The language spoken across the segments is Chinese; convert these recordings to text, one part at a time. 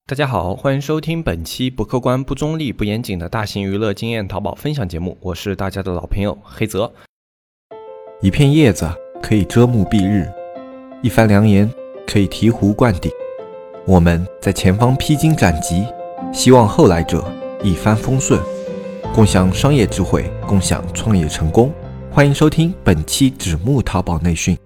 大家好，欢迎收听本期不客观、不中立、不严谨的大型娱乐经验淘宝分享节目，我是大家的老朋友黑泽。 一片叶子可以遮目蔽日，一番良言可以醍醐灌顶。我们在前方披荆斩棘，希望后来者一帆风顺，共享商业智慧，共享创业成功。欢迎收听本期纸木淘宝内训。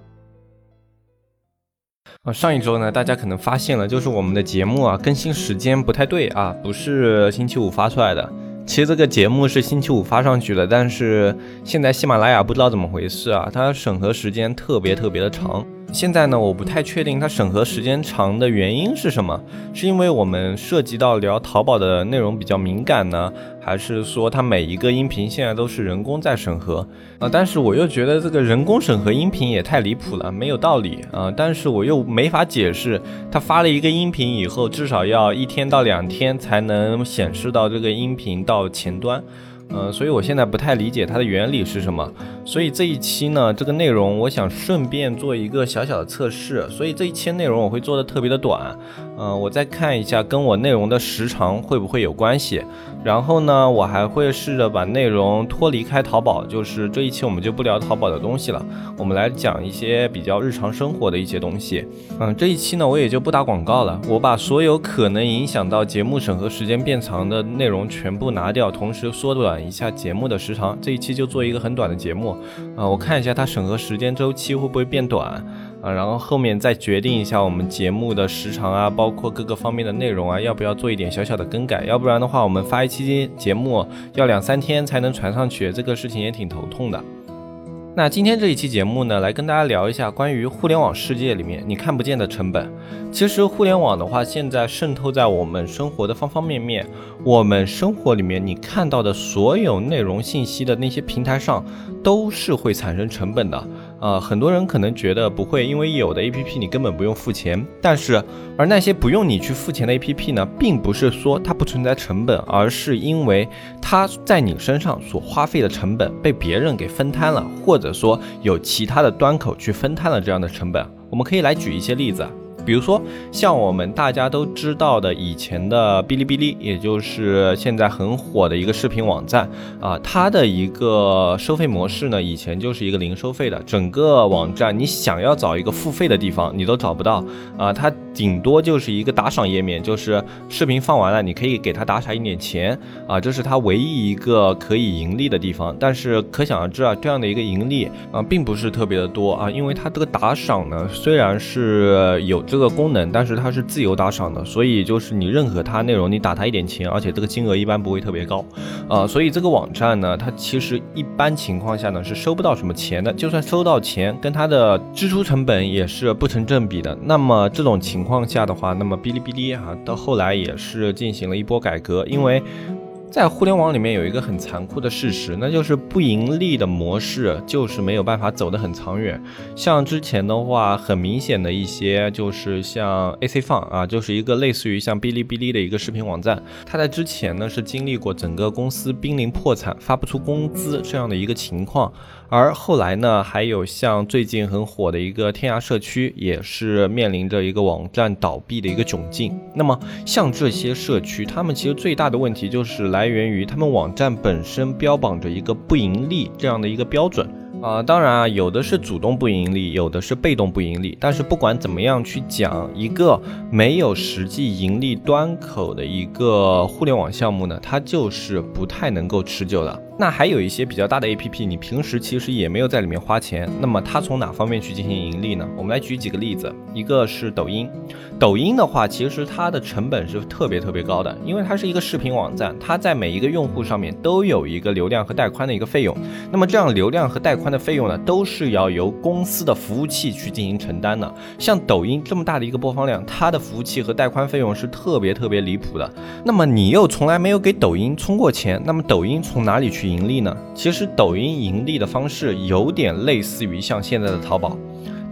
上一周呢，大家可能发现了，就是我们的节目更新时间不太对啊，不是星期五发出来的。其实这个节目是星期五发上去的，但是现在喜马拉雅不知道怎么回事啊，它审核时间特别的长。现在呢，我不太确定它审核时间长的原因是什么，是因为我们涉及到聊淘宝的内容比较敏感呢，还是说它每一个音频现在都是人工在审核但是我又觉得这个人工审核音频也太离谱了，没有道理但是我又没法解释，它发了一个音频以后，至少要1天到2天才能显示到这个音频到前端。所以我现在不太理解它的原理是什么，所以这一期呢，这个内容我想顺便做一个小小的测试，所以这一期内容我会做的特别的短，我再看一下跟我内容的时长会不会有关系，然后呢，我还会试着把内容脱离开淘宝，就是这一期我们就不聊淘宝的东西了，我们来讲一些比较日常生活的一些东西。这一期呢，我也就不打广告了，我把所有可能影响到节目审核时间变长的内容全部拿掉，同时缩短一下节目的时长，这一期就做一个很短的节目我看一下它审核时间周期会不会变短然后后面再决定一下我们节目的时长包括各个方面的内容要不要做一点小小的更改，要不然的话我们发一期节目要2-3天才能传上去，这个事情也挺头痛的。那今天这一期节目呢，来跟大家聊一下关于互联网世界里面你看不见的成本。其实互联网的话，现在渗透在我们生活的方方面面，我们生活里面你看到的所有内容信息的那些平台上都是会产生成本的很多人可能觉得不会，因为有的 APP 你根本不用付钱，但是而那些不用你去付钱的 APP 呢，并不是说它不存在成本，而是因为它在你身上所花费的成本被别人给分摊了，或者说有其他的端口去分摊了这样的成本。我们可以来举一些例子比如说像我们大家都知道的以前的哔哩哔哩，也就是现在很火的一个视频网站它的一个收费模式呢，以前就是一个零收费的，整个网站你想要找一个付费的地方你都找不到它顶多就是一个打赏页面，就是视频放完了你可以给它打赏一点钱这是它唯一一个可以盈利的地方。但是可想而知这样的一个盈利并不是特别的多因为它这个打赏呢虽然是有这个功能，但是它是自由打赏的，所以就是你任何它内容你打它一点钱，而且这个金额一般不会特别高所以这个网站呢，它其实一般情况下呢是收不到什么钱的，就算收到钱跟它的支出成本也是不成正比的。那么这种情况下的话，那么哔哩哔哩到后来也是进行了一波改革，因为在互联网里面有一个很残酷的事实，那就是不盈利的模式就是没有办法走得很长远。像之前的话很明显的一些就是像 AC Fun就是一个类似于像哔哩哔哩的一个视频网站，它在之前呢是经历过整个公司濒临破产发不出工资这样的一个情况，而后来呢还有像最近很火的一个天涯社区也是面临着一个网站倒闭的一个窘境。那么像这些社区他们其实最大的问题就是来源于他们网站本身标榜着一个不盈利这样的一个标准当然有的是主动不盈利，有的是被动不盈利，但是不管怎么样去讲，一个没有实际盈利端口的一个互联网项目呢，它就是不太能够持久的。那还有一些比较大的 APP 你平时其实也没有在里面花钱，那么它从哪方面去进行盈利呢？我们来举几个例子，一个是抖音。抖音的话其实它的成本是特别高的，因为它是一个视频网站，它在每一个用户上面都有一个流量和带宽的一个费用，那么这样流量和带宽的费用呢，都是要由公司的服务器去进行承担的。像抖音这么大的一个播放量，它的服务器和带宽费用是特别离谱的，那么你又从来没有给抖音充过钱，那么抖音从哪里去盈利呢？其实抖音盈利的方式有点类似于像现在的淘宝，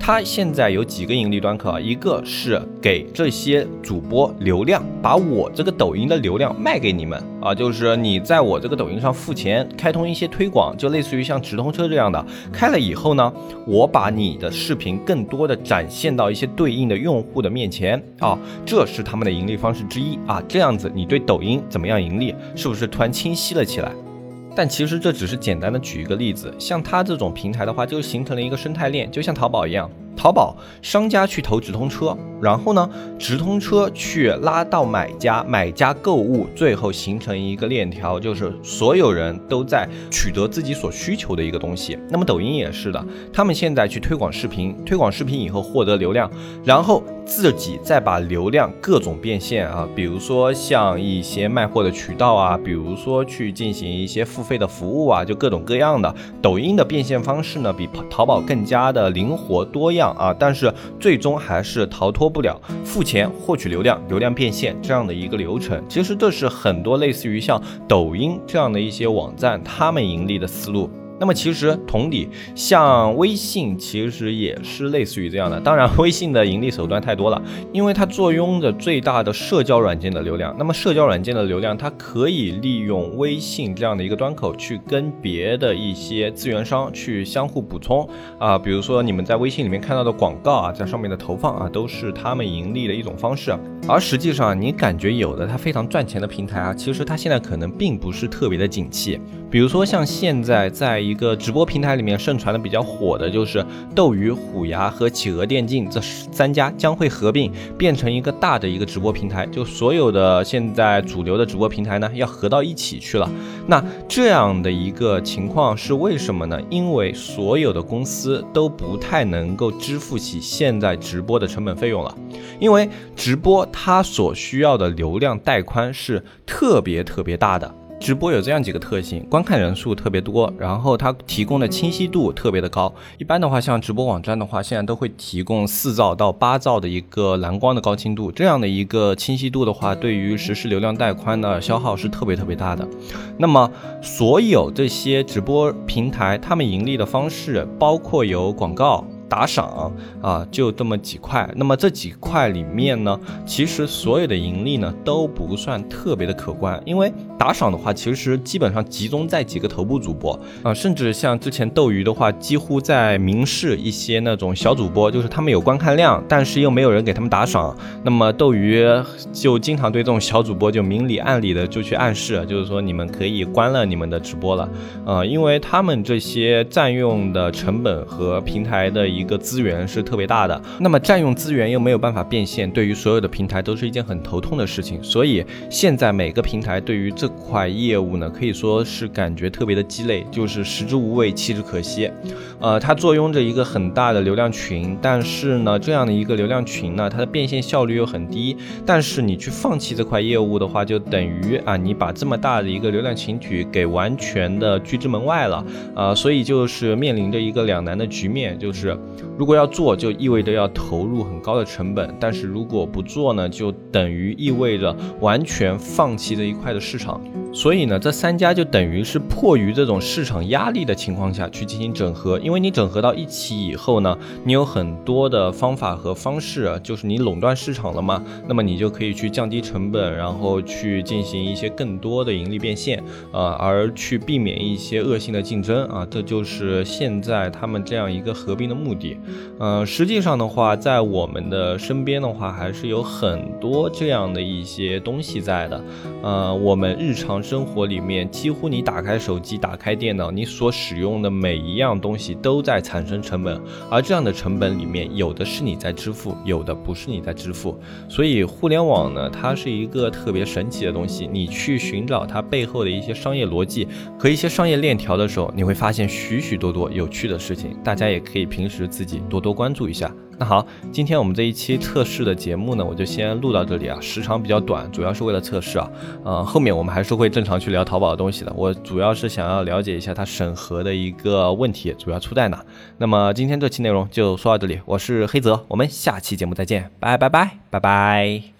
它现在有几个盈利端口啊，一个是给这些主播流量，把我这个抖音的流量卖给你们啊，就是你在我这个抖音上付钱，开通一些推广，就类似于像直通车这样的，开了以后呢，我把你的视频更多的展现到一些对应的用户的面前啊，这是他们的盈利方式之一啊。这样子你对抖音怎么样盈利，是不是突然清晰了起来？但其实这只是简单的举一个例子，像它这种平台的话，就形成了一个生态链，就像淘宝一样，淘宝商家去投直通车，然后呢，直通车去拉到买家，买家购物，最后形成一个链条，就是所有人都在取得自己所需求的一个东西。那么抖音也是的，他们现在去推广视频，推广视频以后获得流量，然后自己再把流量各种变现啊，比如说像一些卖货的渠道啊，比如说去进行一些付费的服务啊，就各种各样的。抖音的变现方式呢，比淘宝更加的灵活多样啊，但是最终还是逃脱不了付钱获取流量，流量变现这样的一个流程。其实这是很多类似于像抖音这样的一些网站他们盈利的思路。那么其实同理，像微信其实也是类似于这样的，当然微信的盈利手段太多了，因为它坐拥着最大的社交软件的流量。那么社交软件的流量，它可以利用微信这样的一个端口去跟别的一些资源商去相互补充啊，比如说你们在微信里面看到的广告啊，在上面的投放啊，都是他们盈利的一种方式。而实际上你感觉有的它非常赚钱的平台啊，其实它现在可能并不是特别的景气。比如说像现在在一个直播平台里面盛传的比较火的就是斗鱼、虎牙和企鹅电竞这3家将会合并变成一个大的一个直播平台，就所有的现在主流的直播平台呢要合到一起去了。那这样的一个情况是为什么呢？因为所有的公司都不太能够支付起现在直播的成本费用了，因为直播它所需要的流量带宽是特别大的。直播有这样几个特性，观看人数特别多，然后它提供的清晰度特别的高。一般的话，像直播网站的话，现在都会提供4兆到8兆的一个蓝光的高清度，这样的一个清晰度的话，对于实时流量带宽的消耗是特别大的。那么所有这些直播平台，他们盈利的方式包括有广告、打赏啊，就这么几块。那么这几块里面呢，其实所有的盈利呢都不算特别的可观，因为打赏的话其实基本上集中在几个头部主播啊，甚至像之前斗鱼的话，几乎在明示一些那种小主播，就是他们有观看量，但是又没有人给他们打赏，那么斗鱼就经常对这种小主播就明里暗里的就去暗示，就是说你们可以关了你们的直播了因为他们这些占用的成本和平台的一个资源是特别大的，那么占用资源又没有办法变现，对于所有的平台都是一件很头痛的事情。所以现在每个平台对于这块业务呢，可以说是感觉特别的鸡肋，就是食之无味，弃之可惜。它坐拥着一个很大的流量群，但是呢，这样的一个流量群呢，它的变现效率又很低。但是你去放弃这块业务的话，就等于你把这么大的一个流量群体给完全的拒之门外了。所以就是面临着一个两难的局面，就是如果要做，就意味着要投入很高的成本，但是如果不做呢，就等于意味着完全放弃这一块的市场。所以呢，这3家就等于是迫于这种市场压力的情况下去进行整合，因为你整合到一起以后呢，你有很多的方法和方式，就是你垄断市场了嘛，那么你就可以去降低成本，然后去进行一些更多的盈利变现而去避免一些恶性的竞争这就是现在他们这样一个合并的目的。实际上的话，在我们的身边的话，还是有很多这样的一些东西在的。我们日常生活里面，几乎你打开手机、打开电脑，你所使用的每一样东西都在产生成本，而这样的成本里面，有的是你在支付，有的不是你在支付。所以互联网呢，它是一个特别神奇的东西，你去寻找它背后的一些商业逻辑和一些商业链条的时候，你会发现许许多多有趣的事情，大家也可以平时自己多关注一下。那好，今天我们这一期测试的节目呢，我就先录到这里时长比较短，主要是为了测试后面我们还是会正常去聊淘宝的东西的，我主要是想要了解一下它审核的一个问题主要出在哪。那么今天这期内容就说到这里，我是黑泽，我们下期节目再见，拜拜。